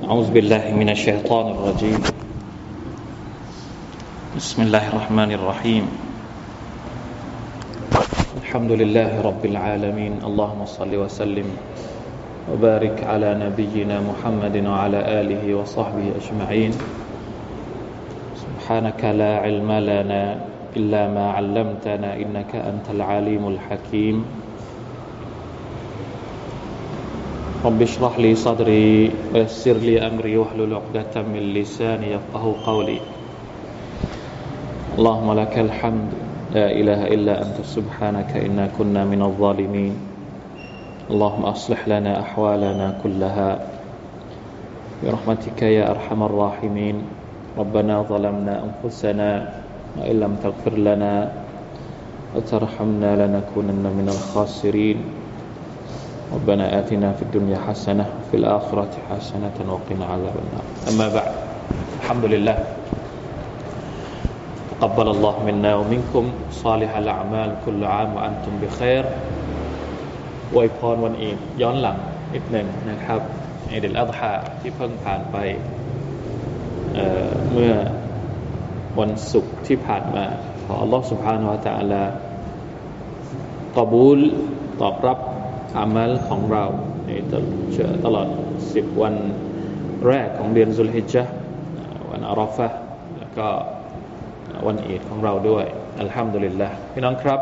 أعوذ بالله من الشيطان الرجيم بسم الله الرحمن الرحيم الحمد لله رب العالمين اللهم صل وسلم وبارك على نبينا محمد وعلى آله وصحبه أجمعين سبحانك لا علم لنا إلا ما علمتنا إنك أنت العليم الحكيم رب اشرح لي صدري ويسر لي أمري واحلل عقدة من لساني يفقهوا قولي اللهم لك الحمد لا إله إلا أنت سبحانك إنا كنا من الظالمين اللهم أصلح لنا أحوالنا كلها برحمتك يا أرحم الراحمين ربنا ظلمنا أنفسنا وإن لم تغفر لنا وترحمنا لنكونن من الخاسرين ربنا آتنا في الدنيا حسنة وفي الآخرة حسنة وقنا عذاب النار أما بعد الحمد لله تقبل الله منا ومنكم صالح الأعمال كل عام وأنتم بخيرอวยพรวันอีดย้อนหลังนิดหนึ่งนะครับอีดอัลฎฮาที่เพิ่งผ่านไปเมื่อวันศุกร์ที่ผ่านมาขออัลลอฮฺ سبحانه และ تعالى กบูลตอบรับอามัลของเราในตลอด10วันแรกของเดือนซุลฮิจญะห์วันอาราฟะห์แล้วก็วันอีดของเราด้วยอัลฮัมดุลิลลาห์พี่น้องครับ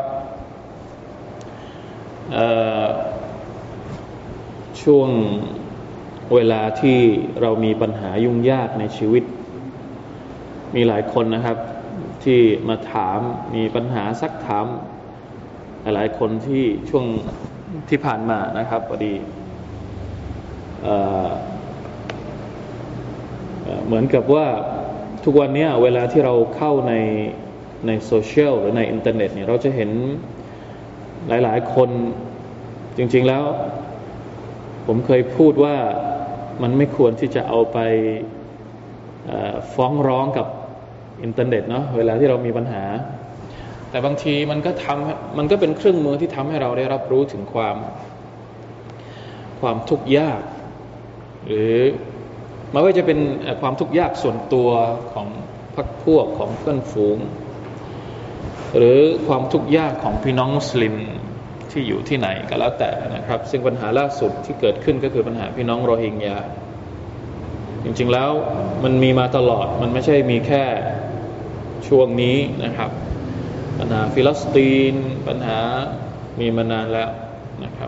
ช่วงเวลาที่เรามีปัญหายุ่งยากในชีวิตมีหลายคนนะครับที่มาถามมีปัญหาซักถามหลายคนที่ช่วงที่ผ่านมานะครับพอดีเหมือนกับว่าทุกวันนี้เวลาที่เราเข้าในโซเชียลหรือในอินเทอร์เน็ตเนี่ยเราจะเห็นหลายๆคนจริงๆแล้วผมเคยพูดว่ามันไม่ควรที่จะเอาไปฟ้องร้องกับอินเทอร์เน็ตเนาะเวลาที่เรามีปัญหาแต่บางทีมันก็เป็นเครื่องมือที่ทำให้เราได้รับรู้ถึงความทุกข์ยากหรือไม่ว่าจะเป็นความทุกข์ยากส่วนตัวของพรรคพวกของเพื่อนฝูงหรือความทุกข์ยากของพี่น้องมุสลิมที่อยู่ที่ไหนก็แล้วแต่นะครับซึ่งปัญหาล่าสุดที่เกิดขึ้นก็คือปัญหาพี่น้องโรฮิงญาจริงๆแล้วมันมีมาตลอดมันไม่ใช่มีแค่ช่วงนี้นะครับปัญหาฟิลิสตีนปัญหามีมานานแล้วนะครับ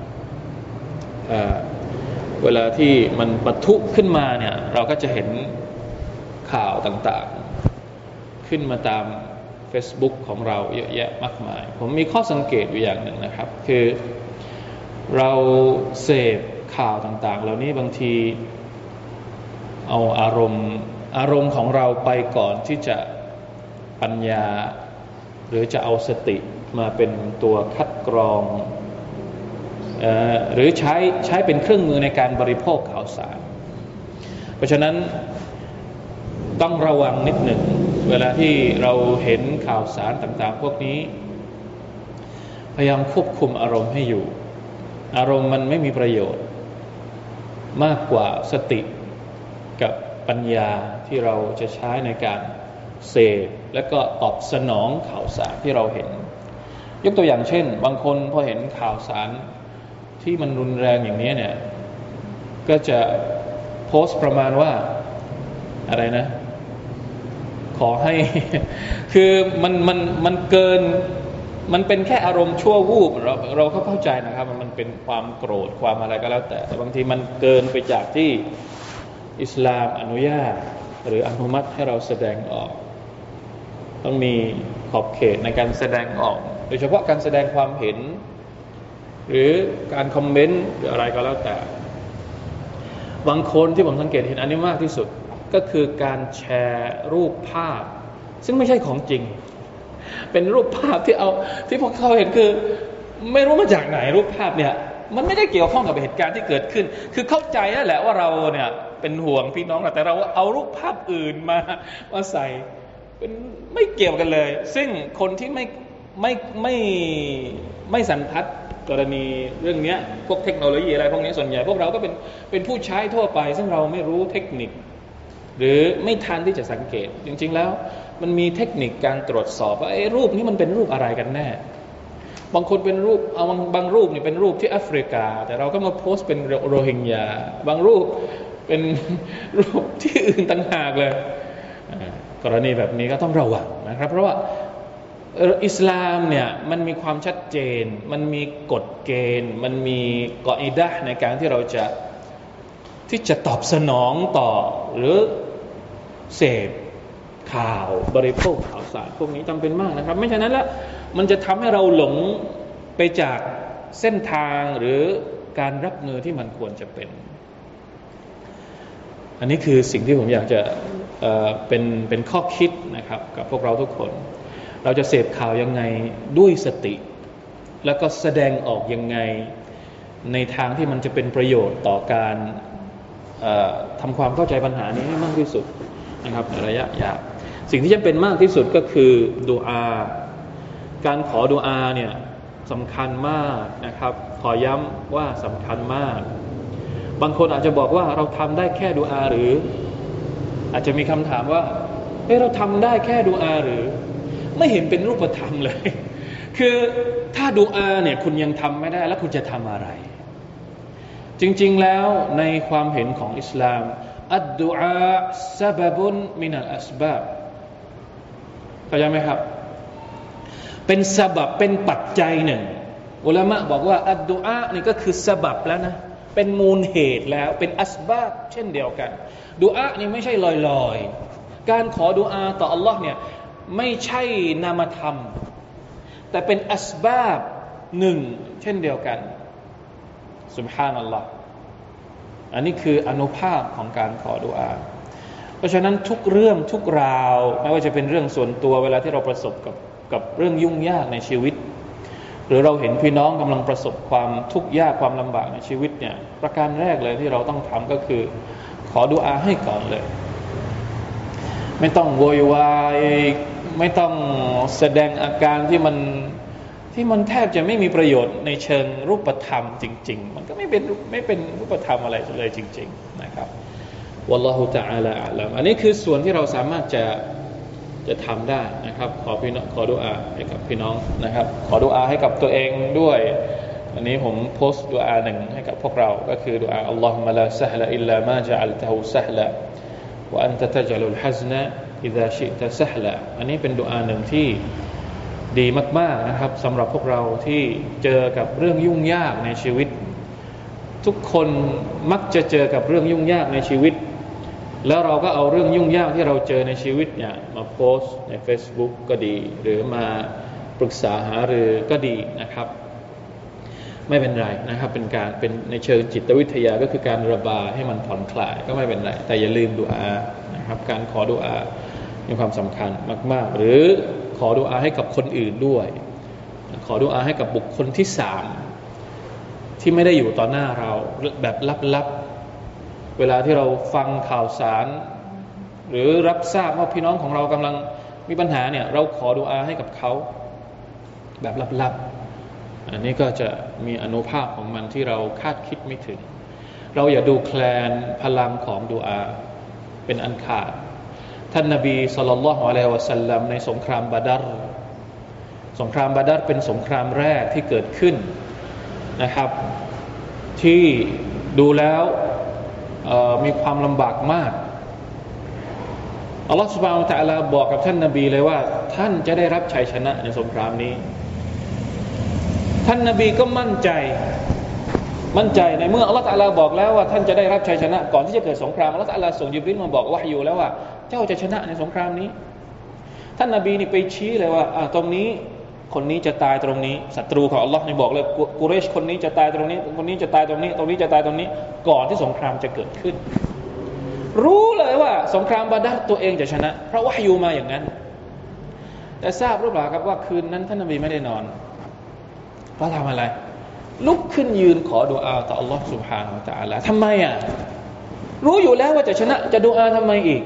เวลาที่มันปะทุขึ้นมาเนี่ยเราก็จะเห็นข่าวต่างๆขึ้นมาตาม Facebook ของเราเยอะแยะมากมายผมมีข้อสังเกตอยู่อย่างหนึ่งนะครับคือเราเสพข่าวต่างๆเหล่านี้บางทีเอาอารมณ์ของเราไปก่อนที่จะปัญญาหรือจะเอาสติมาเป็นตัวคัดกรองหรือใช้เป็นเครื่องมือในการบริโภคข่าวสารเพราะฉะนั้นต้องระวังนิดหนึ่งเวลาที่เราเห็นข่าวสารต่างๆพวกนี้พยายามควบคุมอารมณ์ให้อยู่อารมณ์มันไม่มีประโยชน์มากกว่าสติกับปัญญาที่เราจะใช้ในการเสพและก็ตอบสนองข่าวสารที่เราเห็นยกตัวอย่างเช่นบางคนพอเห็นข่าวสารที่มันรุนแรงอย่างนี้เนี่ยก็จะโพสต์ประมาณว่าอะไรนะขอให้ คือมันเกินมันเป็นแค่อารมณ์ชั่ววูบเราเข้าใจนะครับมันเป็นความโกรธความอะไรก็แล้วแต่บางทีมันเกินไปจากที่อิสลามอนุญาตหรืออนุมัติให้เราแสดงออกต้องมีขอบเขตในการแสดงออกโดยเฉพาะการแสดงความเห็นหรือการคอมเมนต์หรืออะไรก็แล้วแต่บางคนที่ผมสังเกตเห็นอันนี้มากที่สุดก็คือการแชร์รูปภาพซึ่งไม่ใช่ของจริงเป็นรูปภาพที่พวกเขาเห็นคือไม่รู้มาจากไหนรูปภาพเนี่ยมันไม่ได้เกี่ยวข้องกับเหตุการณ์ที่เกิดขึ้นคือเข้าใจนั่นแหละว่าเราเนี่ยเป็นห่วงพี่น้องแต่เราเอารูปภาพอื่นมาใส่เป็นไม่เกี่ยวกันเลยซึ่งคนที่ไม่สันทัดกรณีเรื่องนี้พวกเทคโนโลยีอะไรพวกนี้ส่วนใหญ่พวกเราก็เป็นผู้ใช้ทั่วไปซึ่งเราไม่รู้เทคนิคหรือไม่ทันที่จะสังเกตจริงๆแล้วมันมีเทคนิคการตรวจสอบว่ารูปนี้มันเป็นรูปอะไรกันแน่บางคนเป็นรูปบางรูปนี่เป็นรูปที่แอฟริกาแต่เราก็มาโพสต์เป็นโรฮิงญาบางรูปเป็นรูปที่อื่นต่างหากเลยกรณีแบบนี้ก็ต้องระวังนะครับเพราะว่าอิสลามเนี่ยมันมีความชัดเจนมันมีกฎเกณฑ์มันมีกออิดะห์ในการที่เราที่จะตอบสนองต่อหรือเสพข่าวบริโภคข่าวสารพวกนี้จำเป็นมากนะครับไม่ฉะนั้นแล้วมันจะทำให้เราหลงไปจากเส้นทางหรือการรับมือที่มันควรจะเป็นอันนี้คือสิ่งที่ผมอยากจะเป็นข้อคิดนะครับกับพวกเราทุกคนเราจะเสพข่าวยังไงด้วยสติแล้วก็แสดงออกยังไงในทางที่มันจะเป็นประโยชน์ต่อการทำความเข้าใจปัญหานี้ให้มากที่สุดนะครับในระยะยาวสิ่งที่จำเป็นมากที่สุดก็คือดุอาการขอดุอาเนี่ยสำคัญมากนะครับขอย้ำว่าสำคัญมากบางคนอาจจะบอกว่าเราทำได้แค่ดุอาหรืออาจจะมีคำถามว่าเราทำได้แค่ดุอาหรือไม่เห็นเป็นรูปธรรมเลยคือถ้าดุอาเนี่ยคุณยังทำไม่ได้แล้วคุณจะทำอะไรจริงๆแล้วในความเห็นของอิสลามอัดดุอาซะบะบุนมินัลอัสบาบเข้าใจไหมครับเป็นซะบับเป็นปัจจัยหนึ่งอุลามะบอกว่าอัดดุอานี่ก็คือซะบับแล้วนะเป็นมูลเหตุแล้วเป็นอัสบาบเช่นเดียวกันดุอานี่ไม่ใช่ลอยๆการขอดุอาต่ออัลลอฮ์เนี่ยไม่ใช่นามธรรมแต่เป็นอัสบาบหนึ่งเช่นเดียวกันซุบฮานัลลอฮ์อันนี้คืออานุภาพของการขอดุอาเพราะฉะนั้นทุกเรื่องทุกราวไม่ว่าจะเป็นเรื่องส่วนตัวเวลาที่เราประสบกับเรื่องยุ่งยากในชีวิตหรือเราเห็นพี่น้องกำลังประสบความทุกข์ยากความลำบากในชีวิตเนี่ยประการแรกเลยที่เราต้องทำก็คือขอดุอาให้ก่อนเลยไม่ต้องโวยวายไม่ต้องแสดงอาการที่มันแทบจะไม่มีประโยชน์ในเชิงรูปธรรมจริงๆมันก็ไม่เป็นรูปธรรมอะไรเลยจริงๆนะครับวัลลอฮุตะอาลาอะลัมอันนี้คือส่วนที่เราสามารถจะทำได้นะครับขอดุอาให้กับพี่น้องนะครับขอดุอาให้กับตัวเองด้วยอันนี้ผมโพสต์ดุอาหนึ่งให้กับพวกเราก็คือดุอาอัลลอฮุมะลาซะฮละอิลลามาญะอัลตะฮูซะฮละวะอันตะตัจลุลฮัซนะอิซาชิตะซะฮละอันนี้เป็นดุอาหนึ่งที่ดีมากๆนะครับสำหรับพวกเราที่เจอกับเรื่องยุ่งยากในชีวิตทุกคนมักจะเจอกับเรื่องยุ่งยากในชีวิตแล้วเราก็เอาเรื่องยุ่งยากที่เราเจอในชีวิตเนี่ยมาโพสต์ใน Facebook ก็ดีหรือมาปรึกษาหารือก็ดีนะครับไม่เป็นไรนะครับเป็นในเชิงจิตวิทยาก็คือการระบายให้มันผ่อนคลายก็ไม่เป็นไรแต่อย่าลืมดุอานะครับการขอดุอามีความสำคัญมากๆหรือขอดุอาให้กับคนอื่นด้วยขอดุอาให้กับบุคคลที่3ที่ไม่ได้อยู่ต่อหน้าเราแบบลับๆเวลาที่เราฟังข่าวสารหรือรับทราบว่าพี่น้องของเรากำลังมีปัญหาเนี่ยเราขอดุอาให้กับเขาแบบลับๆอันนี้ก็จะมีอานุภาพของมันที่เราคาดคิดไม่ถึงเราอย่าดูแคลนพลังของดุอาเป็นอันขาดท่านนบีศ็อลลัลลอฮุอะลัยฮิวะซัลลัมในสงครามบาดัรเป็นสงครามแรกที่เกิดขึ้นนะครับที่ดูแล้วมีความลำบากมากอัลลอฮฺซุบฮานะฮูวะตะอาลาบอกกับท่านนบีเลยว่าท่านจะได้รับชัยชนะในสงครามนี้ท่านนบีก็มั่นใจในเมื่ออัลลอฮฺตะอาลาบอกแล้วว่าท่านจะได้รับชัยชนะก่อนที่จะเกิดสงครามอัลลอฮฺตะอาลาส่งญิบรีลมาบอกวะห์ยูแล้วว่าเจ้าจะชนะในสงครามนี้ท่านนบีนี่ไปชี้เลยว่าตรงนี้คนนี้จะตายตรงนี้ศัตรูของอัลลอฮ์นี่บอกเลยกุเรชคนนี้จะตายตรงนี้คนนี้จะตายตรงนี้ตรงนี้จะตายตรงนี้ก่อนที่สงครามจะเกิดขึ้นรู้เลยว่าสงครามบาดัรตัวเองจะชนะเพราะวะห์ยูมาอย่างนั้นแต่ทราบหรือเปล่าครับว่าคืนนั้นท่านนบีไม่ได้นอนเพราะทำอะไรลุกขึ้นยืนขอดุอาต่ออัลลอฮ์ سبحانه และ تعالى ทำไมรู้อยู่แล้วว่าจะชนะจะดุอาทำไมอีก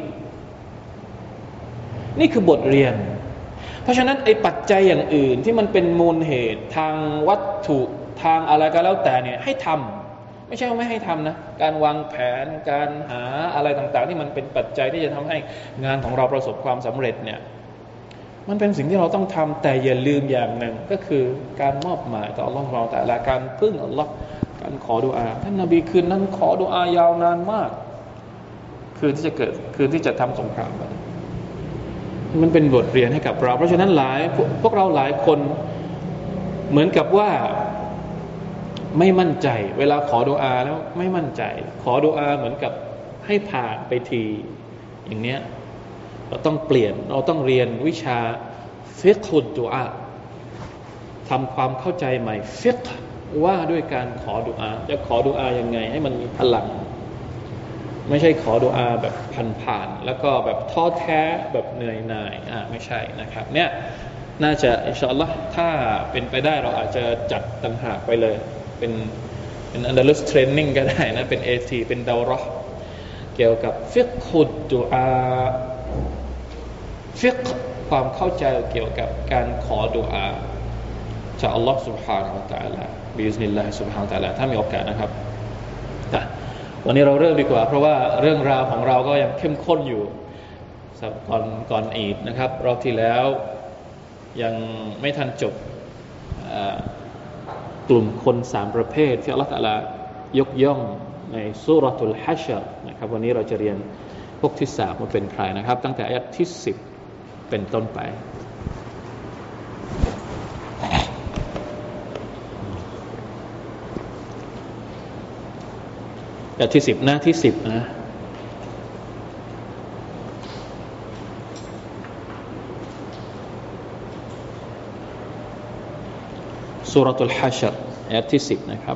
นี่คือบทเรียนเพราะฉะนั้นไอ้ปัจจัยอย่างอื่นที่มันเป็นมูลเหตุทางวัตถุทางอะไรก็แล้วแต่เนี่ยให้ทำไม่ใช่ว่าไม่ให้ทำนะการวางแผนการหาอะไรต่างๆที่มันเป็นปัจจัยที่จะทำให้งานของเราประสบความสำเร็จเนี่ยมันเป็นสิ่งที่เราต้องทำแต่อย่าลืมอย่างหนึ่งก็คือการมอบหมายต่ออัลลอฮฺเราแต่ละการพึ่งอัลลอฮฺการขอดุอาท่านนบีคืนนั้นขอดุอายาวนานมากคืนที่จะทำสงครามมันเป็นบทเรียนให้กับเราเพราะฉะนั้นพวกเราหลายคนเหมือนกับว่าไม่มั่นใจเวลาขอดุอาแล้วไม่มั่นใจขอดุอาเหมือนกับให้ผ่านไปทีอย่างเนี้ยเราต้องเปลี่ยนเราต้องเรียนวิชาฟิกฮุดดุอาทำความเข้าใจใหม่ฟิกว่าด้วยการขอดุอาจะขอดุอายังไงให้มันมีพลังไม่ใช่ขอดุอาแบบผ่านๆแล้วก็แบบท้อแท้แบบเหนื่อยหน่ายไม่ใช่นะครับเนี่ยน่าจะอินชาอัลลอฮ์ถ้าเป็นไปได้เราอาจจะจัดต่างหากไปเลยเป็นอันดาลุสเทรนนิ่งก็ได้นะเป็น AT เป็นดาวเราะห์เกี่ยวกับฟิกฮุดดุอาฟิกความเข้าใจเกี่ยวกับการขอดุอาจากอัลลอฮ์ سبحانه และ تعالى บิอิซนิลลาฮิ سبحانه และ تعالى ถ้ามีโอกาสนะครับวันนี้เราเริ่มดีกว่าเพราะว่าเรื่องราวของเราก็ยังเข้มข้นอยู่ก่อนอีดนะครับรอบที่แล้วยังไม่ทันจบกลุ่มคน3ประเภทที่อัลเลาะห์ตะอาลายกย่องในซูเราะตุลฮัชรนะครับวันนี้เราจะเรียนพวกที่3ว่าเป็นใครนะครับตั้งแต่อายะห์ที่10เป็นต้นไปอายะห์ที่10หน้าที่10นะซูเราะตุลฮัชรอายะห์ที่10นะครับ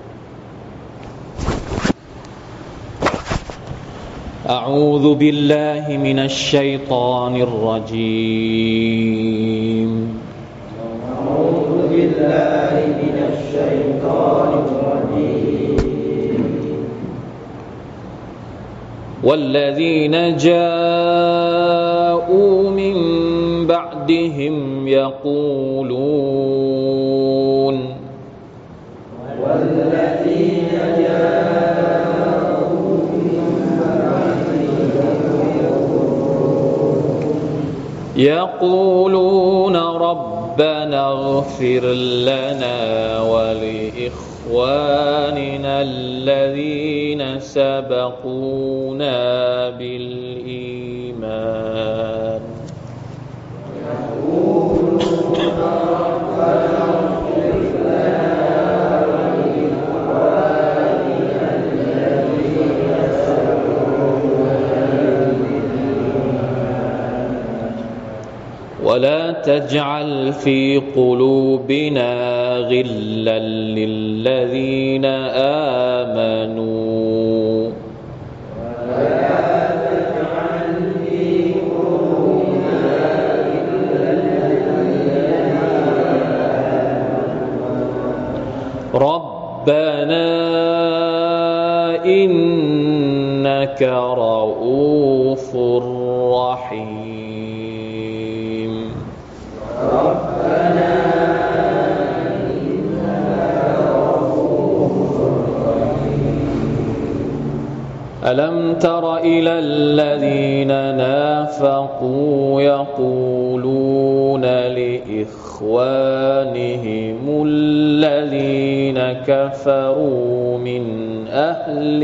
أعوذ بالله من الشيطان الرجيم أعوذ بالله من الشيطان الرجيم والذين جاءوا من بعدهم يقولون والذين يقولون ربنا اغفر لنا ولإخواننا الذين سبقونا بالإيمان ولا تجعل في قلوبنا غلا للذين آمنوا ربنا إنك رؤوف رحيم ألم تر إلى الذين نافقوا يقولون لإخوانهم الذين كفروا من أهل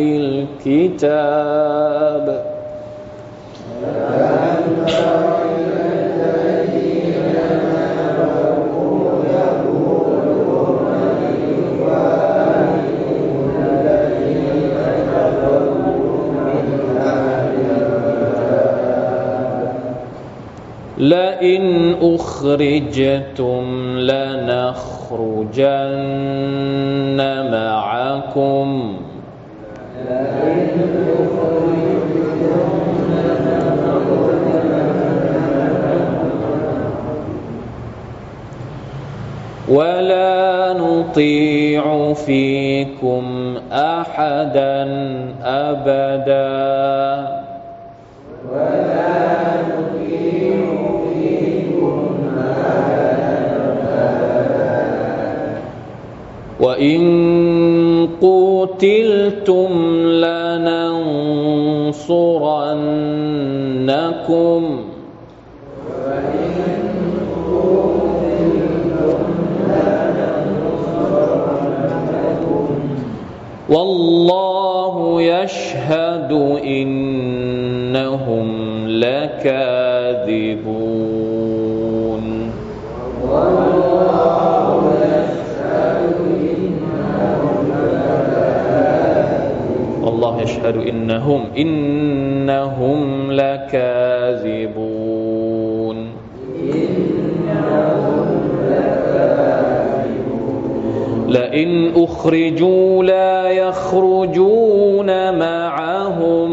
الكتاب لئن أخرجتم لنخرجن معكم ولا نطيع فيكم أحدا أبدا وإن قتلتم لننصرنكم والله يشهد إنهم لكاذبون والله يشهد إنهم لكاذبون لئن أخرجوا لا يخرجون معهم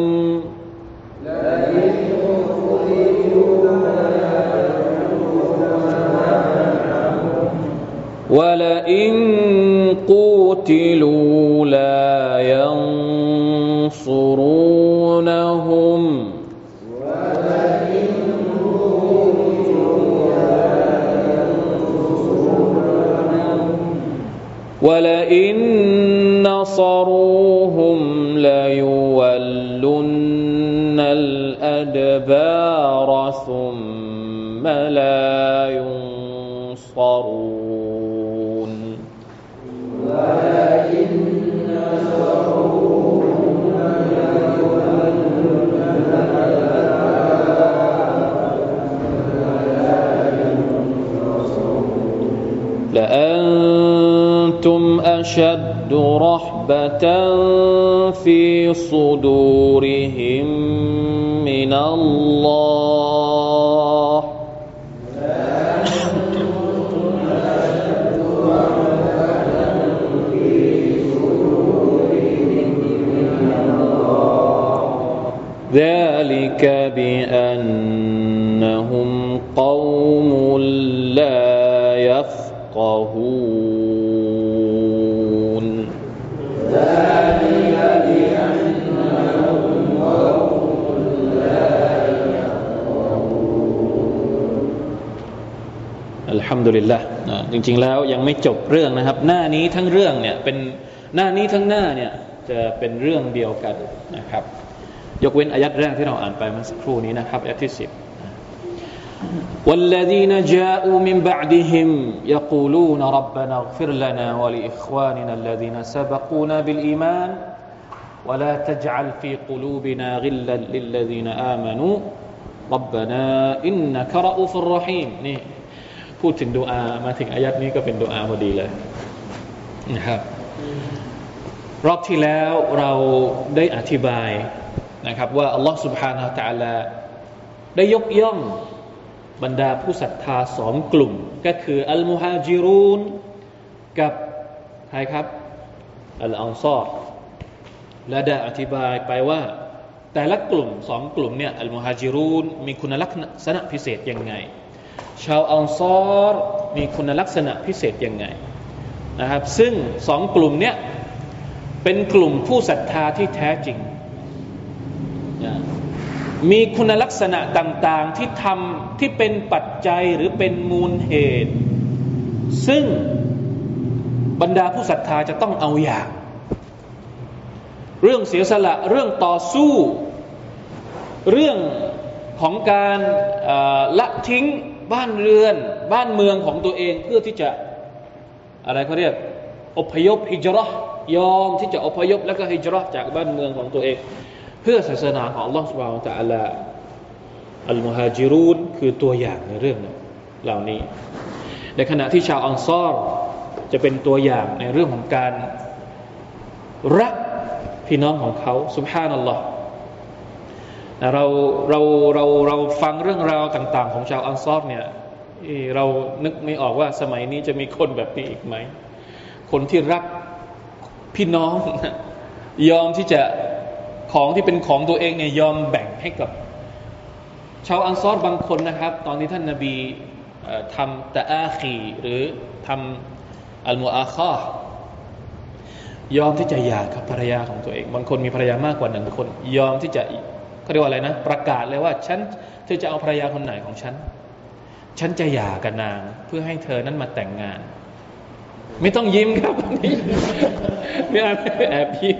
ولئن قوتلوا لا ينصرونهم ولئن نصروهم ليولن الأدبار ثم لا ينصرون ولئن نصروهم ليولن لأنتم أشد رهبة في صدورهم من الله ذلك بأنهم قوم لا يفقهون ذلك بأنهم قوم لا يفقهون الحمد لله จริงๆแล้วยังไม่จบเรื่องนะครับหน้านี้ทั้งเรื่องเนี่ยเป็นหน้านี้ทั้งหน้าเนี่ยจะเป็นเรื่องเดียวกันนะครับยกเว้นอายัดแรกที่เราอ่านไปเมื่อสักครู่นี้นะครับอายัดที่10 والذين جاءوا من بعدهم يقولون ربنا اغفر لنا ولإخواننا الذين سبقونا بالإيمان ولا تجعل في قلوبنا غلا للذين آمنوا ربنا إنك رؤوف رحيم นี่พูดถึงดุอามาถึงอายัดนี้ก็เป็นดุอาพอดีเลยนะครับรอบที่แล้วเราได้อธิบายนะครับว่าอัลลอฮฺ سبحانه และ تعالى ได้ยกย่องบรรดาผู้ศรัทธาสองกลุ่มก็คืออัลมุฮาจิรูนกับใครครับอัลอันซอรและได้อธิบายไปว่าแต่ละกลุ่มสองกลุ่มเนี่ยอัลมุฮาจิรูนมีคุณลักษณะพิเศษยังไงชาวอันซอรมีคุณลักษณะพิเศษยังไงนะครับซึ่งสองกลุ่มเนี่ยเป็นกลุ่มผู้ศรัทธาที่แท้จริงมีคุณลักษณะต่างๆที่ทำที่เป็นปัจจัยหรือเป็นมูลเหตุซึ่งบรรดาผู้ศรัทธาจะต้องเอาอย่างเรื่องเสียสละเรื่องต่อสู้เรื่องของการละทิ้งบ้านเรือนบ้านเมืองของตัวเองเพื่อที่จะอะไรเขาเรียกอพยพฮิจเราะห์ยอมที่จะอพยพแล้วก็ฮิจเราะห์จากบ้านเมืองของตัวเองเพื่อศาสนาของ Allah Subhanahu Wa Taala อัลมุฮาจิรูนคือตัวอย่างในเรื่องเหล่านี้ในขณะที่ชาวอันซอรจะเป็นตัวอย่างในเรื่องของการรักพี่น้องของเขาซุบฮานัลลอฮ์เราฟังเรื่องราวต่างๆของชาวอันซอรเนี่ยเรานึกไม่ออกว่าสมัยนี้จะมีคนแบบนี้อีกไหมคนที่รักพี่น้องยอมที่จะของที่เป็นของตัวเองเนี่ยยอมแบ่งให้กับชาวอันซอรบางคนนะครับตอนที่ท่านนบีทำตะอาคีหรือทำอัลมุอาคอยอมที่จะหย่ากับภรรยาของตัวเองบางคนมีภรรยามากกว่าหนึ่งคนยอมที่จะเขาเรียกว่าอะไรนะประกาศเลยว่าเธอจะเอาภรรยาคนไหนของฉันจะหย่ากับนางเพื่อให้เธอนั้นมาแต่งงานไม่ต้องยิ้มครับนี่ไม่แอบยิ้ม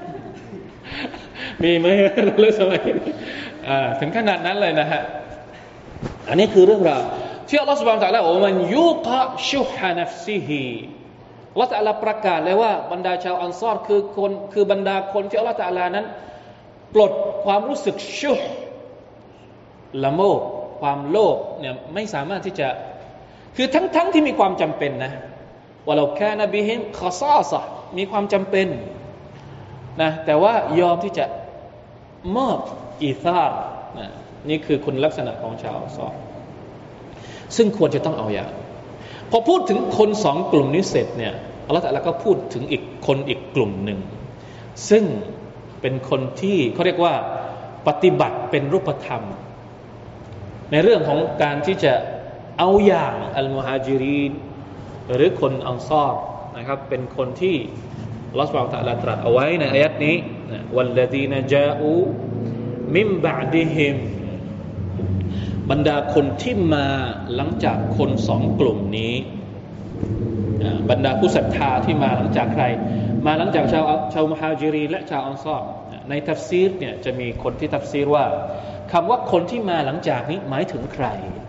มีไหมเรื่องสมัยถึงขนาดนั้นเลยนะฮะอันนี้คือเรื่องราวที่อัลลอฮฺ سبحانه และ تعالى ว่ามันยุกะชุฮะนัฟซิฮิอัลลอฮฺ تعالى ประกาศเลยว่าบรรดาชาวอันซอรคือบรรดาคนที่อัลลอฮฺ تعالى นั้นปลดความรู้สึกชุฮละโมบความโลภเนี่ยไม่สามารถที่จะคือทั้งที่มีความจำเป็นนะว่าเราแค่นบิฮิมคอซาซะมีความจำเป็นนะแต่ว่ายอมที่จะมอบอีธาร์นะนี่คือคุณลักษณะของชาวอันซอรซึ่งควรจะต้องเอาอย่างพอพูดถึงคนสองกลุ่มนี้เสร็จเนี่ยอัลเลาะห์ตะอาลาก็พูดถึงอีกกลุ่มหนึ่งซึ่งเป็นคนที่เขาเรียกว่าปฏิบัติเป็นรูปธรรมในเรื่องของการที่จะเอาอย่างอัลมุฮาจิรีนหรือคนอันซอรนะครับเป็นคนที่อัลเลาะห์ซุบฮานะฮูวะตะอาลาตรัสเอาไว้ในอายัดนี้วัลลดีนจาอูมินบะอดิฮิมบรรดาคนที่มาหลังจากคนสองกลุ่มนี้บรรดาผู้ศรัทธาที่มาหลังจากใครมาหลังจากชาวมุฮาจิรีนและชาวอันซอรในตัฟซีรเนี่ยจะมีคนที่ตัฟซีรว่าคำว่าคนที่มาหลังจากนี้หมายถึงใคร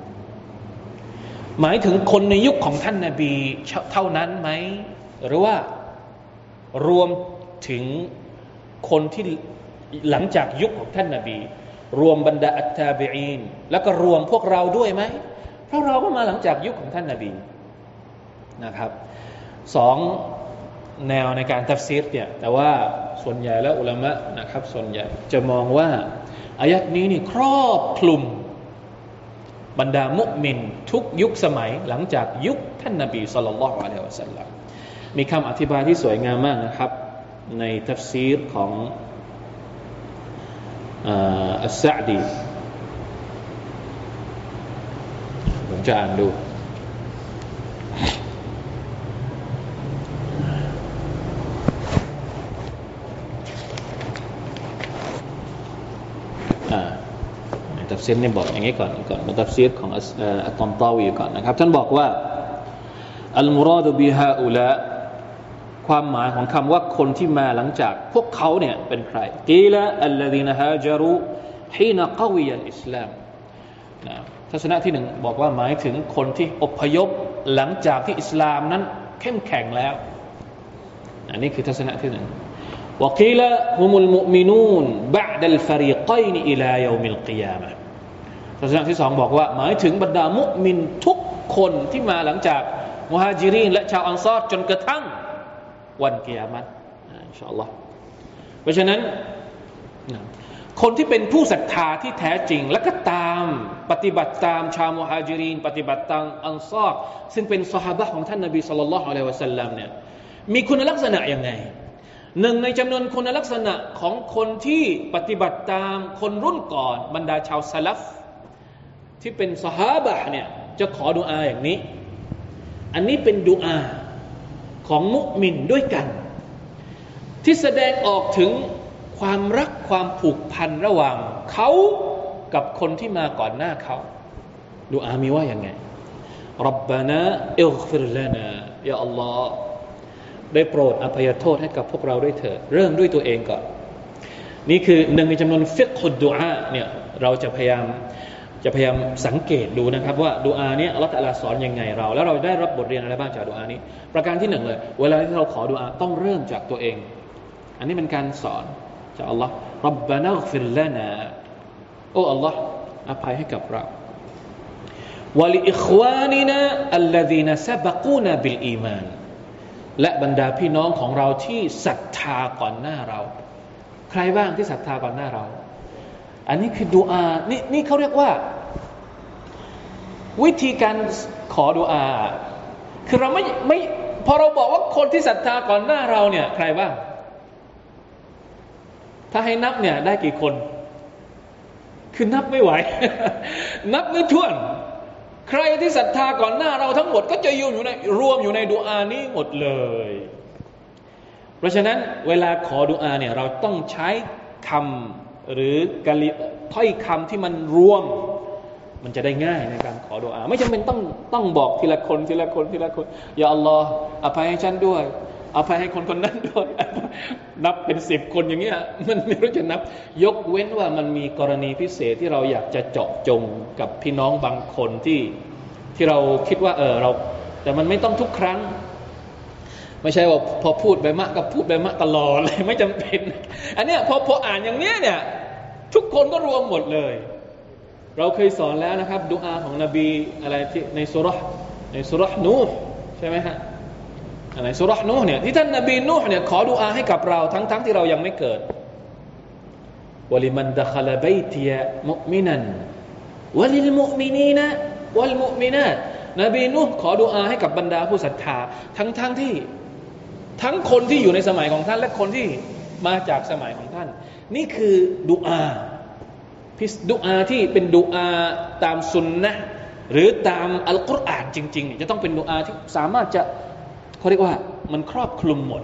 หมายถึงคนในยุคของท่านนบีเท่านั้นไหมหรือว่ารวมถึงคนที่หลังจากยุคของท่านนบีรวมบรรดาอัตตาบิอีนแล้วก็รวมพวกเราด้วยไหมเพราะเราก็มาหลังจากยุคของท่านนบีนะครับสองแนวในการตัฟซีรเนี่ยแต่ว่าส่วนใหญ่แล้วอุลามะนะครับส่วนใหญ่จะมองว่าอายัดนี้นี่ครอบคลุมบรรดามุมินทุกยุคสมัยหลังจากยุคท่านนบีศ็อลลัลลอฮุอะลัยฮิวะซัลลัมมีคำอธิบายที่สวยงามมากนะครับในตัฟซีรของอัสซะอ์ดีผมจะอ่านดูตัฟซีรนี่บอกอย่างนี้ก่อนตัฟซีรของอัตตันตาวีก่อนนะครับท่านบอกว่าอัลมุราดบิฮาอุลาความหมายของคำว่าคนที่มาหลังจากพวกเขาเนี่ยเป็นใครกีละอัลลดีนฮาจารุฮีนกวีอัลอิสลามนะทัศนะที่หนึ่งบอกว่าหมายถึงคนที่อพยพหลังจากที่อิสลามนั้นเข้มแข็งแล้วอันนี้คือทัศนะที่หนึ่งวะกีละฮุมุลมุอ์มินูนบะอ์ดัลฟะรีกัยนอิลายอมิลกิยามะห์ทัศนะที่สองบอกว่าหมายถึงบรรดามุมินทุกคนที่มาหลังจากมุฮาจิรินและชาวอันซอรจนกระทั่งวันกิยามะห์อินชาอัลลอฮ์เพราะฉะนั้นคนที่เป็นผู้ศรัทธาที่แท้จริงและก็ตามปฏิบัติตามชาวมุฮาจิรินปฏิบัติตามอันซอรซึ่งเป็นซอฮาบะห์ของท่านนบีศ็อลลัลลอฮุอะลัยฮิวะซัลลัมเนี่ยมีคุณลักษณะยังไงหนึ่งในจำนวนคุณลักษณะของคนที่ปฏิบัติตามคนรุ่นก่อนบรรดาชาวซะลัฟที่เป็นซอฮาบะห์เนี่ยจะขอดุอาอย่างนี้อันนี้เป็นดุอาของมุมินด้วยกันที่แสดงออกถึงความรักความผูกพันระหว่างเขากับคนที่มาก่อนหน้าเขาดุอามีว่าอย่างไงรับบานะอิฆฟิรลานายาอัลลอฮ์ได้โปรดอภัยโทษให้กับพวกเราด้วยเถิดเริ่มด้วยตัวเองก่อนนี่คือหนึ่งในจำนวนฟิกฮุดดุอาเนี่ยเราจะพยายามสังเกตดูนะครับว่าดุอานี้อัลเลาะห์ตะอาลาสอนยังไงเราแล้วเราได้รับบทเรียนอะไรบ้างจากดุอานี้ประการที่หนึ่งเลยเวลาที่เราขอดุอาต้องเริ่มจากตัวเองอันนี้เป็นการสอนจากอัลลอฮ์รับบานะฆฟิรลานาโอ้อัลลอฮ์อภัยให้กับเราวะลิอิควานินาอัลลซีนะซะบะกูนาบิลอีมานและบรรดาพี่น้องของเราที่ศรัทธาก่อนหน้าเราใครบ้างที่ศรัทธาก่อนหน้าเราอันนี้คือดุอานี่เขาเรียกว่าวิธีการขอดุอาคือเราไม่พอเราบอกว่าคนที่ศรัทธาก่อนหน้าเราเนี่ยใครบ้างถ้าให้นับเนี่ยได้กี่คนคือนับไม่ไหว นับไม่ถ้วนใครที่ศรัทธาก่อนหน้าเราทั้งหมดก็จะรวมอยู่ในดุอานี้หมดเลยเพราะฉะนั้นเวลาขอดุอาเนี่ยเราต้องใช้คำหรือกะลิถ้อยคำที่มันรวมมันจะได้ง่ายในการขอดุอาไม่จำเป็นต้องบอกทีละคนอย่าอัลลอฮ์อภัยให้ฉันด้วยอภัยให้คนนั้นด้วยนับเป็น10 คนอย่างเงี้ยมันไม่รู้จะนับยกเว้นว่ามันมีกรณีพิเศษที่เราอยากจะเจาะจงกับพี่น้องบางคนที่เราคิดว่าเราแต่มันไม่ต้องทุกครั้งไม่ใช่ว่าพอพูดไปมะก็พูดไปมะตลอดเลยไม่จำเป็นอันเนี้ยพออ่านอย่างเนี้ยเนี่ยทุกคนก็รวมหมดเลยเราเคยสอนแล้วนะครับดุอาของนบีอะไรที่ในซูเราะห์นูห์ใช่ไหมฮะในซูเราะห์นูห์เนี่ยที่ท่านนบีนูห์เนี่ยขอดุอาให้กับเราทั้งที่เรายังไม่เกิดวะลิมันดะคอลบัยติยะมุอ์มินันวะลิลมุอ์มินีนะวัลมุอ์มินาตนบีนูห์ขอดุอาให้กับบรรดาผู้ศรัทธาทั้งที่ทั้งคนที่อยู่ในสมัยของท่านและคนที่มาจากสมัยของท่านนี่คือดุอาที่เป็นดุอาตามสุนนะห์หรือตามอัลกุรอานจริงๆจะต้องเป็นดุอาที่สามารถจะเขาเรียกว่ามันครอบคลุมหมด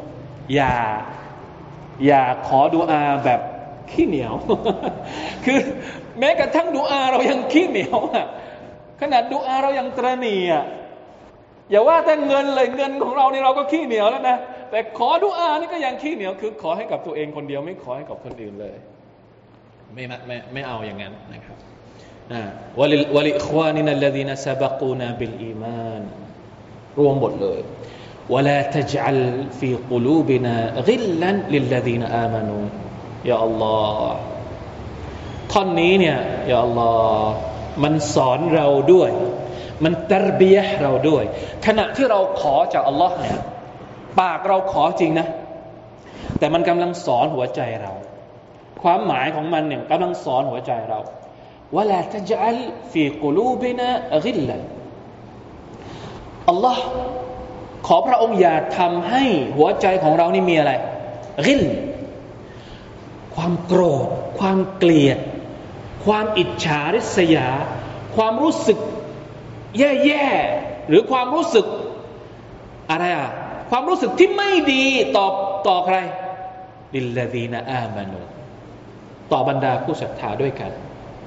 อย่าขอดุอาแบบขี้เหนียว คือแม้กระทั่งดุอาเรายังขี้เหนียวขนาดดุอาเรายังตระหนี่อย่าว่าแต่เงินเลยเงินของเรานี่เราก็ขี้เหนียวแล้วนะแต่ขอดุอานี่ก็ยังขี้เหนียวคือขอให้กับตัวเองคนเดียวไม่ขอให้กับคนอื่นเลยไม่เอาอย่างนั้นนะครับวะลิอิควานินัลลซีนะซะบะกูนาบิลอีมานรวมหมดเลยวะลาตัจอัลฟีกุลูบินากิลลันลิลลซีนะอามานูยาอัลลอฮ์ท่อนนี้เนี่ยยาอัลลอฮ์มันสอนเราด้วยมันตัรบียะห์เราด้วยขณะที่เราขอจากอัลลอฮ์เนี่ยปากเราขอจริงนะแต่มันกำลังสอนหัวใจเราความหมายของมันเนี่ยกำลังสอนหัวใจเราวะลาตัจอัลฟีกุลูบินากิลลันอัลลอฮ์ขอพระองค์อย่าทำให้หัวใจของเรานี่มีอะไรกิลความโกรธความเกลียดความอิจฉาริษยาความรู้สึกแย่ๆหรือความรู้สึกอะไรความรู้สึกที่ไม่ดีต่อใครลิลลซีนะอามานูต่อบรรดาผู้ศรัทธาด้วยกัน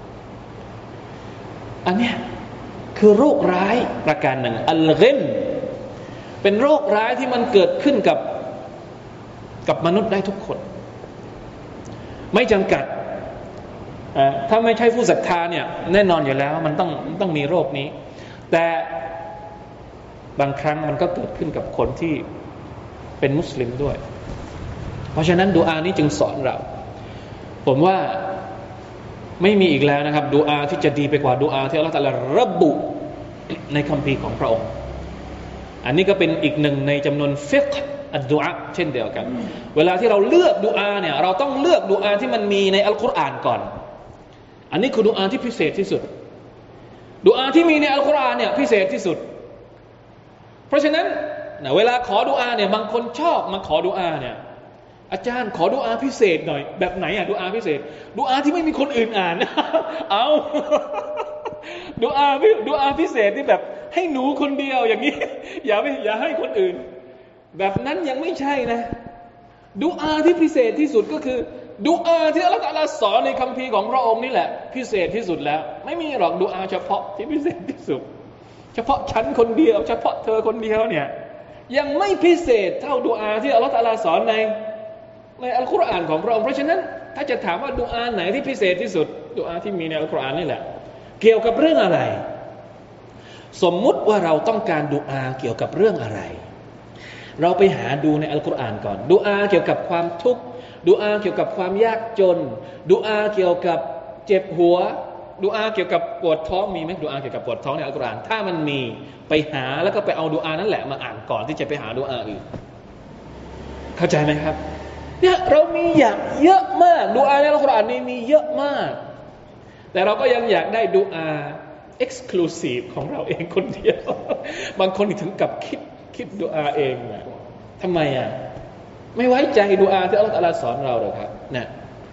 อันเนี้ยคือโรคร้ายประการหนึ่งอัลกินเป็นโรคร้ายที่มันเกิดขึ้นกับมนุษย์ได้ทุกคนไม่จำกัดถ้าไม่ใช่ผู้ศรัทธาเนี่ยแน่นอนอยู่แล้วมันต้องมีโรคนี้แต่บางครั้งมันก็เกิดขึ้นกับคนที่เป็นมุสลิมด้วยเพราะฉะนั้นดุอานี้จึงสอนเราผมว่าไม่มีอีกแล้วนะครับดุอาที่จะดีไปกว่าดุอาที่อัลเลาะห์ตะอาลาระบุในคัมภีร์ของพระองค์อันนี้ก็เป็นอีกหนึ่งในจำนวนฟิกฮ์อัดดุอาเช่นเดียวกันเวลาที่เราเลือกดุอาเนี่ยเราต้องเลือกดุอาที่มันมีในอัลกุรอานก่อนอันนี้คือดุอาที่พิเศษที่สุดดุอาที่มีในอัลกุรอานเนี่ยพิเศษที่สุดเพราะฉะนั้นเวลาขอดุอาเนี่ยบางคนชอบมาขอดุอาเนี่ยอาจารย์ขอดุอาพิเศษหน่อยแบบไหนดุอาพิเศษดุอาที่ไม่มีคนอื่นอ่านเอาดุอาพิเศษที่แบบให้หนูคนเดียวอย่างนี้อย่าให้คนอื่นแบบนั้นยังไม่ใช่นะดุอาที่พิเศษที่สุดก็คือดุอาที่อัลเลาะห์ตะอาลาสอนในคัมภีร์ของพระองค์นี่แหละพิเศษที่สุดแล้วไม่มีหรอกดุอาเฉพาะที่พิเศษที่สุดเฉพาะฉันคนเดียวเฉพาะเธอคนเดียวเนี่ยยังไม่พิเศษเท่าดุอาที่อัลเลาะห์ตะอาลาสอนในอัลกุรอานของพระองค์เพราะฉะนั้นถ้าจะถามว่าดุอาไหนที่พิเศษที่สุดดุอาที่มีในอัลกุรอานนี่แหละเกี่ยวกับเรื่องอะไรสมมุติว่าเราต้องการดุอาเกี่ยวกับเรื่องอะไรเราไปหาดูในอัลกุรอานก่อนดุอาเกี่ยวกับความทุกข์ดุอาเกี่ยวกับความยากจนดุอาเกี่ยวกับเจ็บหัวดุอาเกี่ยวกับปวดท้องมีไหมดุอาเกี่ยวกับปวดท้องในอัลกุรอานถ้ามันมีไปหาแล้วก็ไปเอาดุอานั่นแหละมาอ่านก่อนที่จะไปหาดุอาอื่นเข้าใจไหมครับเนี่ยเรามีอย่างเยอะมากดุอาในอัลกุรอานนี่มีเยอะมากแต่เราก็ยังอยากได้ดุอาเอ็กซ์คลูซีฟของเราเองคนเดียวบางคนถึงกับคิดดุอาเองนะทำไมไม่ไว้ใจดุอาที่อัลเลาะห์ตะอาลาสอนเราหรอกครับนะ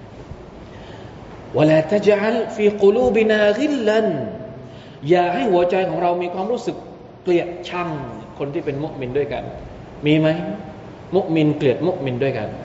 วะลาตัจอัลฟีกุลูบินากิลลันอย่าให้หัวใจของเรามีความรู้สึกเกลียดชังคนที่เป็นมุมินด้วยกันมีไหมมุมินเกลียดมุมินด้วยกัน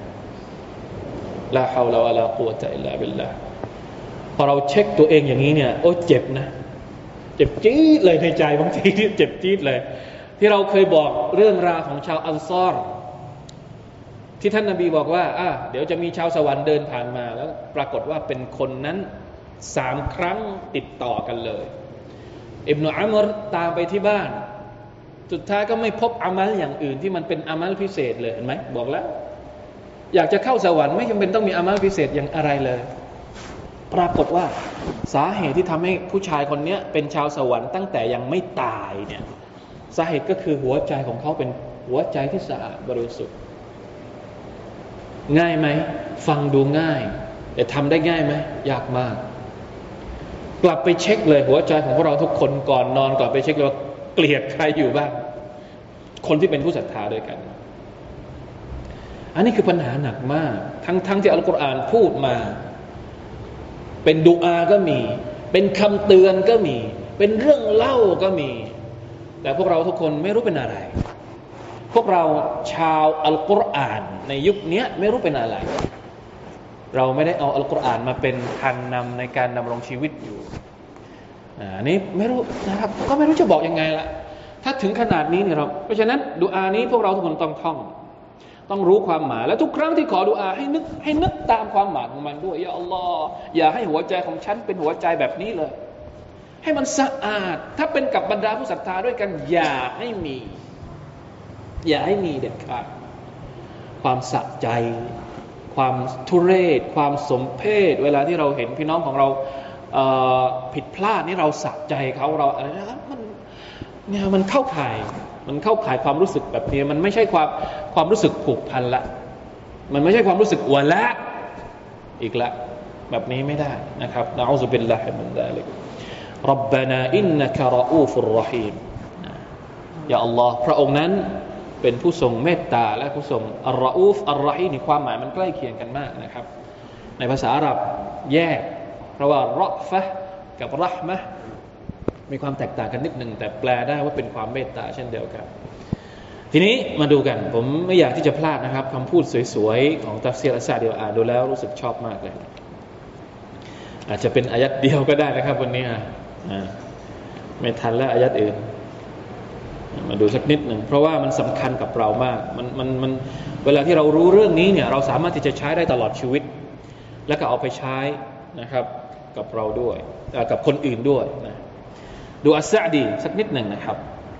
ลาฮาวละวะลากุวะตะอิลลาบิลลาฮ์พอเราเช็คตัวเองอย่างนี้เนี่ยโอ้เจ็บนะเจ็บจี๊ดเลยในใจบางทีที่เจ็บจี๊ดเลยที่เราเคยบอกเรื่องราวของชาวอันซอรที่ท่านนบีบอกว่าเดี๋ยวจะมีชาวสวรรค์เดินผ่านมาแล้วปรากฏว่าเป็นคนนั้น3 ครั้งติดต่อกันเลยอิบนุอัมรตามไปที่บ้านสุดท้ายก็ไม่พบอามัลอย่างอื่นที่มันเป็นอามัลพิเศษเลยเห็นไหมบอกแล้วอยากจะเข้าสวรรค์ไม่จำเป็นต้องมีอามัลพิเศษอย่างอะไรเลยปรากฏว่าสาเหตุที่ทำให้ผู้ชายคนนี้เป็นชาวสวรรค์ตั้งแต่ยังไม่ตายเนี่ยสาเหตุก็คือหัวใจของเขาเป็นหัวใจที่สะอาดบริสุทธิ์ง่ายไหมฟังดูง่ายแต่ทำได้ง่ายไหมยากมากกลับไปเช็คเลยหัวใจของพวกเราทุกคนก่อนนอนก่อนไปเช็คเลยว่าเกลียดใครอยู่บ้างคนที่เป็นผู้ศรัทธาด้วยกันอันนี้คือปัญหาหนักมากทั้งที่อัลกุรอานพูดมาเป็นดุอาก็มีเป็นคำเตือนก็มีเป็นเรื่องเล่าก็มีแต่พวกเราทุกคนไม่รู้เป็นอะไรพวกเราชาวอัลกุรอานในยุคนี้ไม่รู้เป็นอะไรเราไม่ได้เอาอัลกุรอานมาเป็นทางนำในการดำรงชีวิตอยู่อันนี้ไม่รู้นะครับก็ไม่รู้จะบอกยังไงละถ้าถึงขนาดนี้เนี่ยเราเพราะฉะนั้นดุอานี้พวกเราทุกคนต้องท่องต้องรู้ความหมายและทุกครั้งที่ขอดุอาให้นึกตามความหมายของมันด้วยยาอัลลอฮ์อย่าให้หัวใจของฉันเป็นหัวใจแบบนี้เลยให้มันสะอาดถ้าเป็นกับบรรดาผู้ศรัทธาด้วยกันอย่าให้มีเด็ดขาดความสะใจความทุเรศความสมเพชเวลาที่เราเห็นพี่น้องของเราผิดพลาดนี่เราสะใจเขาเราอะไรนะครับมันเข้าข่ายความรู้สึกแบบนี้มันไม่ใช่ความรู้สึกผูกพันละมันไม่ใช่ความรู้สึกวะละอีกละแบบนี้ไม่ได้นะครับนะอูซุบิลลาฮิมินซาลิกร็อบบานาอินนะกะรออูฟุรเราะฮีมยาอัลลอฮ์พระองค์นั้นเป็นผู้ทรงเมตตาและผู้ทรงอัลรออูฟอัลรอฮีมความหมายมันใกล้เคียงกันมากนะครับในภาษาอาหรับแยกเพราะว่ารอฟะกับเราะห์มะห์มีความแตกต่างกันนิดนึงแต่แปลได้ว่าเป็นความเมตตาเช่นเดียวกันทีนี้มาดูกันผมไม่อยากที่จะพลาดนะครับคำพูดสวยๆของตัฟซีรอัสซะดีอ่านดูแล้วรู้สึกชอบมากเลยอาจจะเป็นอายัดเดียวก็ได้นะครับวันนี้ไม่ทันแล้วอายัดอื่นมาดูสักนิดหนึ่งเพราะว่ามันสำคัญกับเรามากมันเวลาที่เรารู้เรื่องนี้เนี่ยเราสามารถที่จะใช้ได้ตลอดชีวิตแล้วก็เอาไปใช้นะครับกับเราด้วยกับคนอื่นด้วยนะดูอัสซะดีสักนิดหนึ่งนะครับ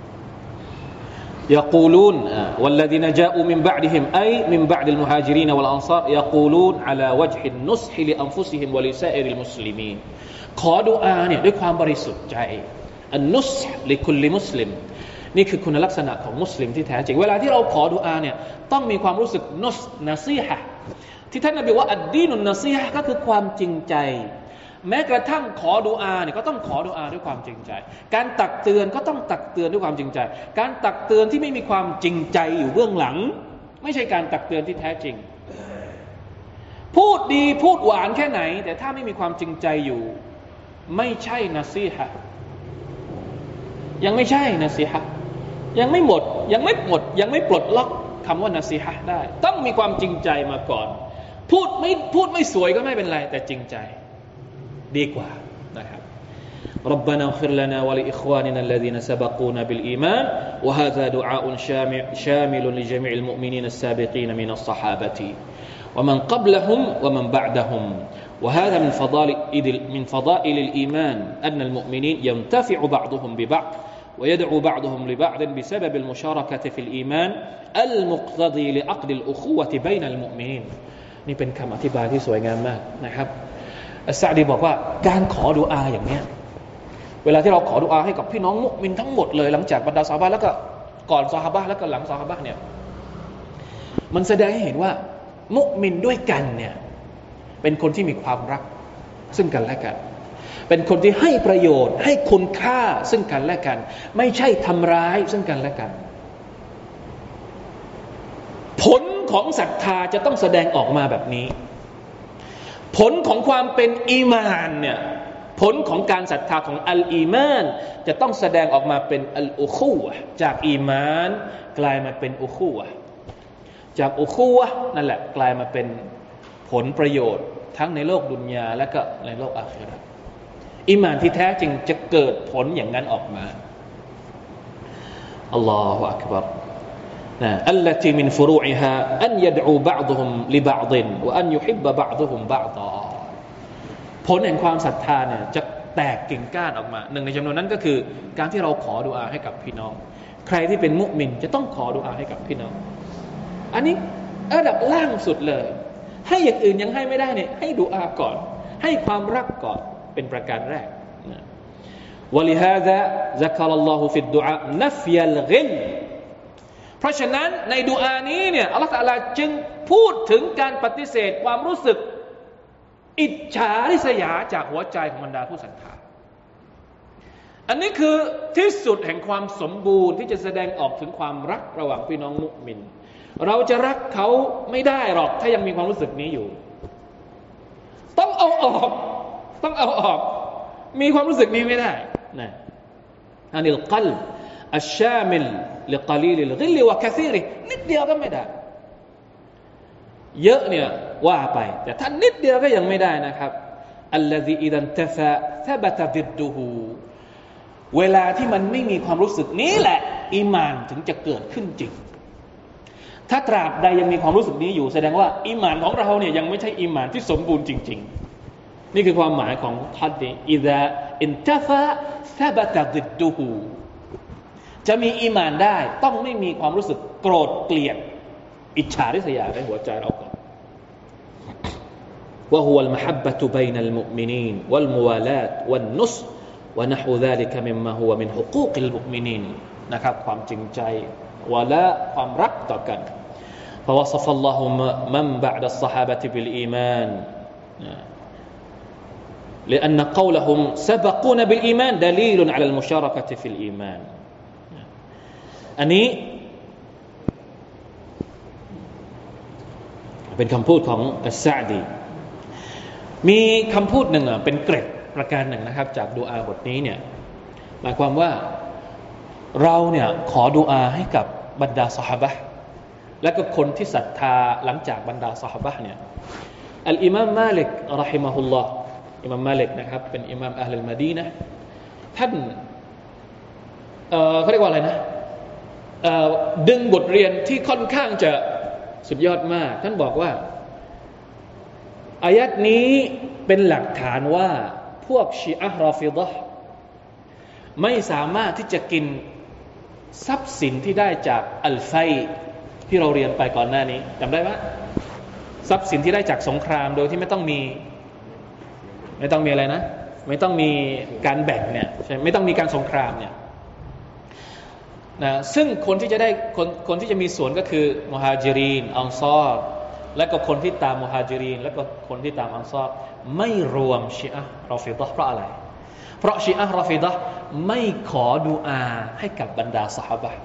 يقولون والذين جاءوا من بعدهم أي من بعد المهاجرين والأنصار يقولون على وجه النصح لأنفسهم ولسائر المسلمين ขอดุอาเนี่ยด้วยความบริสุทธิ์ใจอันนุสห์ลิคุลิมุสลิมนี่คือคุณลักษณะของมุสลิมที่แท้จริงเวลาที่เราขอดุอาเนี่ยต้องมีความรู้สึกนะซีฮะห์ที่ท่านนบีว่าอัดดีนุนนะซีฮะห์ก็คือความจริงใจแม้กระทั่งขอดุอาเนี่ยก็ต้องขอดุอาด้วยความจริงใจการตักเตือนก็ต้องตักเตือนด้วยความจริงใจการตักเตือนที่ไม่มีความจริงใจอยู่เบื้องหลังไม่ใช่การตักเตือนที่แท้จริงพูดดีพูดหวานแค่ไหนแต่ถ้าไม่มีความจริงใจอยู่ไม่ใช่นะซีฮะห์ยังไม่ใช่นะซีฮะห์ยังไม่หมดยังไม่ปลดล็อกคำว่านะซีฮะห์ได้ต้องมีความจริงใจมาก่อนพูดไม่สวยก็ไม่เป็นไรแต่จริงใจดีกว่านะครับ ربنا اغفر لنا ولإخواننا الذين سبقونا بالإيمان وهذا دعاء شامل لجميع المؤمنين السابقين من الصحابة ومن قبلهم ومن بعدهم وهذا من فضائل الإيمان أن المؤمنين ينتفع بعضهم ببعض ويدعو بعضهم لبعض بسبب المشاركة في الإيمان المقتضي لعقد الأخوة بين المؤمنين นี่เป็นคำอธิบายที่สวยงามมากนะครับอัสซะดีบอกว่าการขอดุอาอย่างเนี้ยเวลาที่เราขอดุอาให้กับพี่น้องมุมินทั้งหมดเลยหลังจากบรรดาซอฮาบะห์แล้วก็ก่อนซอฮาบะห์แล้วก็หลังซอฮาบะห์เนี่ยมันแสดงให้เห็นว่ามุมินด้วยกันเนี่ยเป็นคนที่มีความรักซึ่งกันและกันเป็นคนที่ให้ประโยชน์ให้คุณค่าซึ่งกันและกันไม่ใช่ทำร้ายซึ่งกันและกันผลของศรัทธาจะต้องแสดงออกมาแบบนี้ผลของความเป็นอีมานเนี่ยผลของการศรัทธาของอัลอีมานจะต้องแสดงออกมาเป็นอัลอุคูวะห์จากอีมานกลายมาเป็นอุคูวะห์จากอุคูวะห์นั่นแหละกลายมาเป็นผลประโยชน์ทั้งในโลกดุนยาและก็ในโลกอาคิเราะห์อีหม่านที่แท้จริงจะเกิดผลอย่างนั้นออกมาอัลลอฮฺอักบัรالتي من فروعها أن يدعو بعضهم لبعض وأن يحب بعضهم بعضا ผลแห่งความศรัทธาเนี่ยจะแตกกิ่งก้านออกมาหนึ่งในจำนวนนั้นก็คือการที่เราขอดุอาให้กับพี่น้องใครที่เป็นมุมินจะต้องขอดุอาให้กับพี่น้องอันนี้ระดับล่างสุดเลยให้อย่างอื่นยังให้ไม่ได้เนี่ยให้ดุอาก่อนให้ความรักก่อนเป็นประการแรกولهذا ذكر الله في الدعاء نفي الغل เพราะฉะนั้นในดุอานี้เนี่ยอัลเลาะห์ตะอาลาจึงพูดถึงการปฏิเสธความรู้สึกอิจฉาริษยาจากหัวใจของบรรดาผู้ศรัทธาอันนี้คือที่สุดแห่งความสมบูรณ์ที่จะแสดงออกถึงความรักระหว่างพี่น้องมุมินเราจะรักเขาไม่ได้หรอกถ้ายังมีความรู้สึกนี้อยู่ต้องเอาออกมีความรู้สึกนี้ไม่ได้นะอันนี้กัลบอัชชามิลลิกลีลิลกิลวะกะซีรินิดเดียวก็ไม่ได้เยอะเนี่ยว่าไปแต่ถ้านิดเดียวก็ยังไม่ได้นะครับอัลลซีอิดันตะฟะซะบะตะดิดดุฮูเวลาที่มันไม่มีความรู้สึกนี้แหละอีหม่านถึงจะเกิดขึ้นจริงถ้าตราบใดยังมีความรู้สึกนี้อยู่แสดงว่าอีหม่านของเราเนี่ยยังไม่ใช่อีหม่านที่สมบูรณ์จริงๆนี่คือความหมายของท่อนนี้อิซาอินตะฟะซะบะตะดิดดุฮูจะมีอีหม่านได้ต้องไม่มีความรู้สึกโกรธเกลียดอิจฉาริษยาในหัวใจเราก่อนว่า هو المحبة بين المؤمنين والموالاة والنصر ونحو ذلك مما هو من حقوق المؤمنين นะครับความจริงใจวะละความรักต่อกัน فوصف الله من بعد الصحابة بالإيمان لأن قولهم سبقونا بالإيمان دليل على المشاركة في الإيمان อันนี้เป็นคำพูดของอัสซะดีมีคำพูดหนึ่งเป็นเกร็ดประการหนึ่งนะครับจากดุอาบทนี้เนี่ยหมายความว่าเราเนี่ยขอดุอาให้กับบรรดาซอฮาบะห์และก็คนที่ศรัทธาหลังจากบรรดาซอฮาบะห์เนี่ยอัลอิมามมาลิกเราะฮิมะฮุลลอฮ์อิมามมาลิกนะครับเป็นอิมามอะห์ลุลมะดีนะห์ท่านเขาเรียกว่าอะไรนะดึงบทเรียนที่ค่อนข้างจะสุดยอดมากท่านบอกว่าอายัดนี้เป็นหลักฐานว่าพวกชีอะห์รอฟิฎะห์ไม่สามารถที่จะกินทรัพย์สินที่ได้จากอัลไฟที่เราเรียนไปก่อนหน้านี้จำได้ไหมทรัพย์สินที่ได้จากสงครามโดยที่ไม่ต้องมีอะไรนะไม่ต้องมีการแบ่งเนี่ยใช่ไม่ต้องมีการสงครามเนี่ยนะซึ่งคนที่จะได้คนที่จะมีส่วนก็คือมุฮาญิรีนอันซอรและก็คนที่ตามมุฮาญิรีนและก็คนที่ตามอันซอรไม่รวมชีอะห์รอฟิฎะห์เพราะอะไรเพราะชีอะห์รอฟิฎะห์ไม่ขอดุอาให้กับบรรดาซอฮาบะห์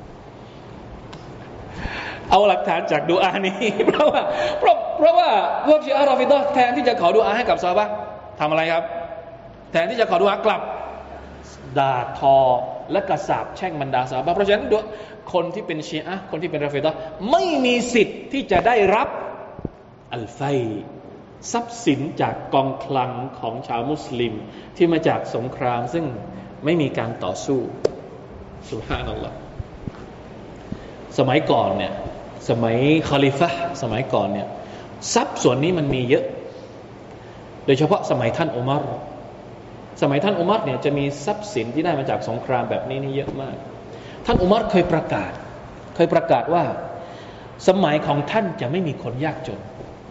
เอาหลักฐานจากดุอานี้เพราะว่าพวกชีอะห์รอฟิฎะห์แทนที่จะขอดุอาให้กับซอฮาบะห์ทำอะไรครับแทนที่จะขอดุอากลับด่าทอและกระสาบแช่งบรรดาซอฮาบะห์เพราะฉะนั้นคนที่เป็นชีอะห์คนที่เป็นรอฟิฎะห์ไม่มีสิทธิ์ที่จะได้รับอัลไฟทรัพย์สินจากกองคลังของชาวมุสลิมที่มาจากสงครามซึ่งไม่มีการต่อสู้ซุบฮานัลลอฮ์สมัยก่อนเนี่ยสมัยคอลิฟะห์สมัยก่อนเนี่ยทรัพย์ส่วนนี้มันมีเยอะโดยเฉพาะสมัยท่านอุมัรเนี่ยจะมีทรัพย์สินที่ได้มาจากสงครามแบบนี้นี่เยอะมากท่านอุมัรเคยประกาศว่าสมัยของท่านจะไม่มีคนยากจน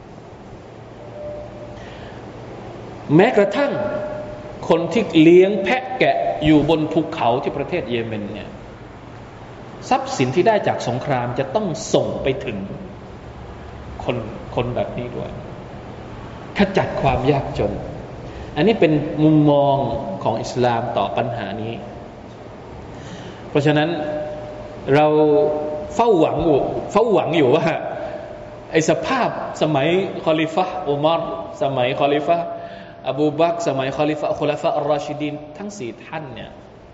แม้กระทั่งคนที่เลี้ยงแพะแกะอยู่บนภูเขาที่ประเทศเยเมนเนี่ยทรัพย์สินที่ได้จากสงครามจะต้องส่งไปถึงคนแบบนี้ด้วยขจัดความยากจนอันนี้เป็นมุมมองของอิสลามต่อปัญหานี้เพราะฉะนั้นเราเฝ้าหวังอยู่ว่าไอ้สภาพสมัยคอลิฟะห์อุมัรสมัยคอลิฟะห์อบูบักรสมัยคอลิฟะห์คุลาฟะอัรรอชิดีนทั้ง4ท่านเนี่ย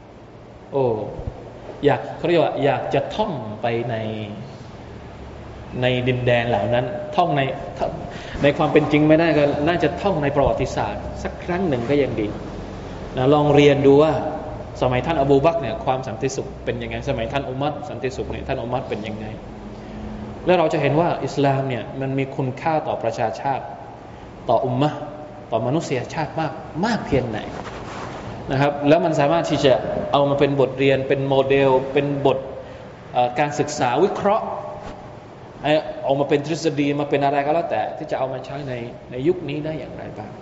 เขาเรียกว่าอยากจะท่องไปในดินแดนเหล่านั้นท่องในความเป็นจริงไม่ได้ก็น่าจะท่องในประวัติศาสตร์สักครั้งหนึ่งก็ยังดีนะลองเรียนดูว่าสมัยท่านอบูบักรเนี่ยความสันติสุขเป็นยังไงสมัยท่านอุมัรสันติสุขเนี่ยท่านอุมัรเป็นยังไงแล้วเราจะเห็นว่าอิสลามเนี่ยมันมีคุณค่าต่อประชาชาติต่ออุมมะห์ต่อมนุษยชาติมากเพียงไหนนะครับแล้วมันสามารถที่จะเอามาเป็นบทเรียนเป็นโมเดลเป็นบทการศึกษาวิเคราะห์เอามาเป็นทฤษฎีมาเป็นอะไรก็แล้วแต่ที่จะเอามาใช้ในยุคนี้ได้อย่างไรบ้าง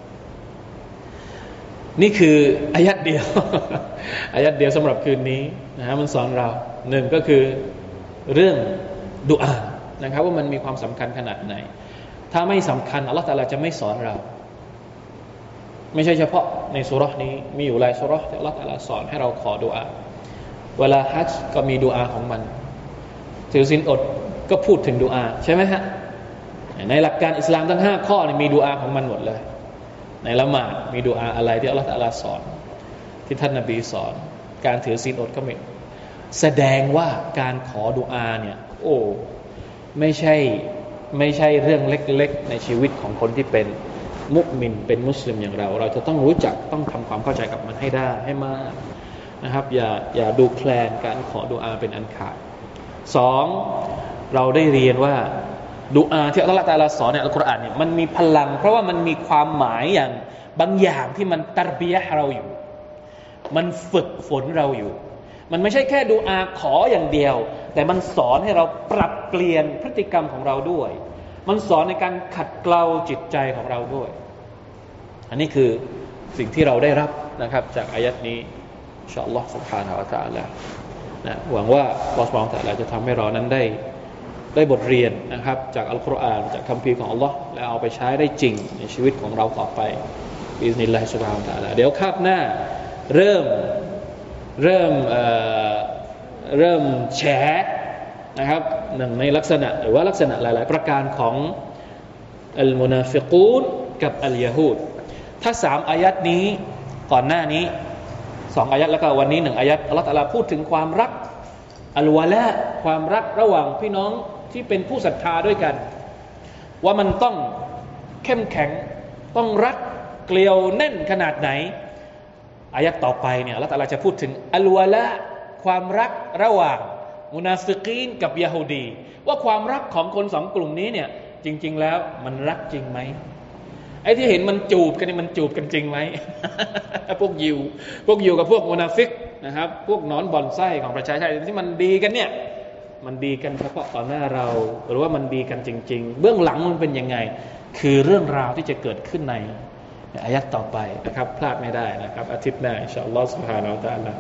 นี่คืออายัดเดียว อายัดเดียวสำหรับคืนนี้นะฮะมันสอนเราหนึ่งก็คือเรื่องดุอานะครับว่ามันมีความสำคัญขนาดไหนถ้าไม่สำคัญอัลลอฮฺตะอาลาจะไม่สอนเราไม่ใช่เฉพาะในซูเราะห์นี้มีอยู่หลายซูเราะห์ที่อัลลอฮฺตะอาลาสอนให้เราขอดุอาเวลาฮัจญ์ก็มีดุอาของมันถือศีลอดก็พูดถึงดุอาใช่ไหมฮะในหลักการอิสลามทั้ง5ข้อนี่มีดุอาของมันหมดเลยในละหมาดมีดุอาอะไรที่อัลลอฮฺตะอาลาสอนที่ท่านนบีสอนการถือศีลอดก็มีแสดงว่าการขอดุอาเนี่ยโอ้ไม่ใช่เรื่องเล็กๆในชีวิตของคนที่เป็นมุมินเป็นมุสลิมอย่างเราจะต้องรู้จักต้องทำความเข้าใจกับมันให้ได้ให้มากนะครับอย่าดูแคลนการขอดุอาเป็นอันขาดสองเราได้เรียนว่าดุอาที่อัลเลาะห์ตะอาลาสอนในอัลกุรอานเนี่ยมันมีพลังเพราะว่ามันมีความหมายอย่างบางอย่างที่มันตัรบียะห์เราอยู่มันฝึกฝนเราอยู่มันไม่ใช่แค่ดุอาขออย่างเดียวแต่มันสอนให้เราปรับเปลี่ยนพฤติกรรมของเราด้วยมันสอนในการขัดเกลาจิตใจของเราด้วยอันนี้คือสิ่งที่เราได้รับนะครับจากอายัดนี้อินชาอัลลอฮฺ سبحانه และ تعالى นะหวังว่าอัลลอฮฺ سبحانه และ تعالى จะทำให้เรานั้นได้บทเรียนนะครับจากอัลกุรอานจากคัมภีร์ของอัลลอฮฺและเอาไปใช้ได้จริงในชีวิตของเราต่อไปบิอิซนิลลาฮิ سبحانه และ تعالى เดี๋ยวคาบหน้าเริ่มแฉนะครับหนึ่งในลักษณะหรือว่าลักษณะหลายๆประการของอัลมุนาฟิกูนกับอัลยะฮูดถ้า3อายัดนี้ก่อนหน้านี้2อายัดแล้วก็วันนี้1อายัดอัลเลาะห์ตะอาลาพูดถึงความรักอัลวะลาความรักระหว่างพี่น้องที่เป็นผู้ศรัทธาด้วยกันว่ามันต้องเข้มแข็งต้องรักเกลียวแน่นขนาดไหนอายัดต่อไปเนี่ยอัลเลาะห์ตะอาลาจะพูดถึงอัลวะลาความรักระหว่างมุนาฟิกีนกับยะฮูดีว่าความรักของคน2กลุ่มนี้เนี่ยจริงๆแล้วมันรักจริงไหมไอ้ที่เห็นมันจูบกันนี่มันจูบกันจริงไหม พวกยิวกับพวกมุนาฟิกนะครับพวกหนอนบ่อนไส้ของประชาชาติที่มันดีกันเนี่ยมันดีกันเฉพาะต่อหน้าเราหรือว่ามันดีกันจริงๆเบื้องหลังมันเป็นยังไงคือเรื่องราวที่จะเกิดขึ้นในอายัดต่อไปนะครับพลาดไม่ได้นะครับอาทิตย์หน้าอินชาอัลลอฮฺ سبحانه และ تعالى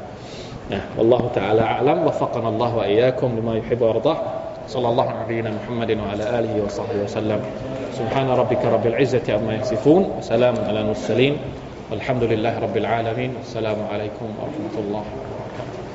والله تعالى أعلم وفقنا الله وإياكم لما يحب ويرضاه صلى الله على نبينا محمد وعلى آله وصحبه وسلم سبحان ربك رب العزة عما يصفون وسلام على المرسلين والحمد لله رب العالمين والسلام عليكم ورحمة الله وبركاته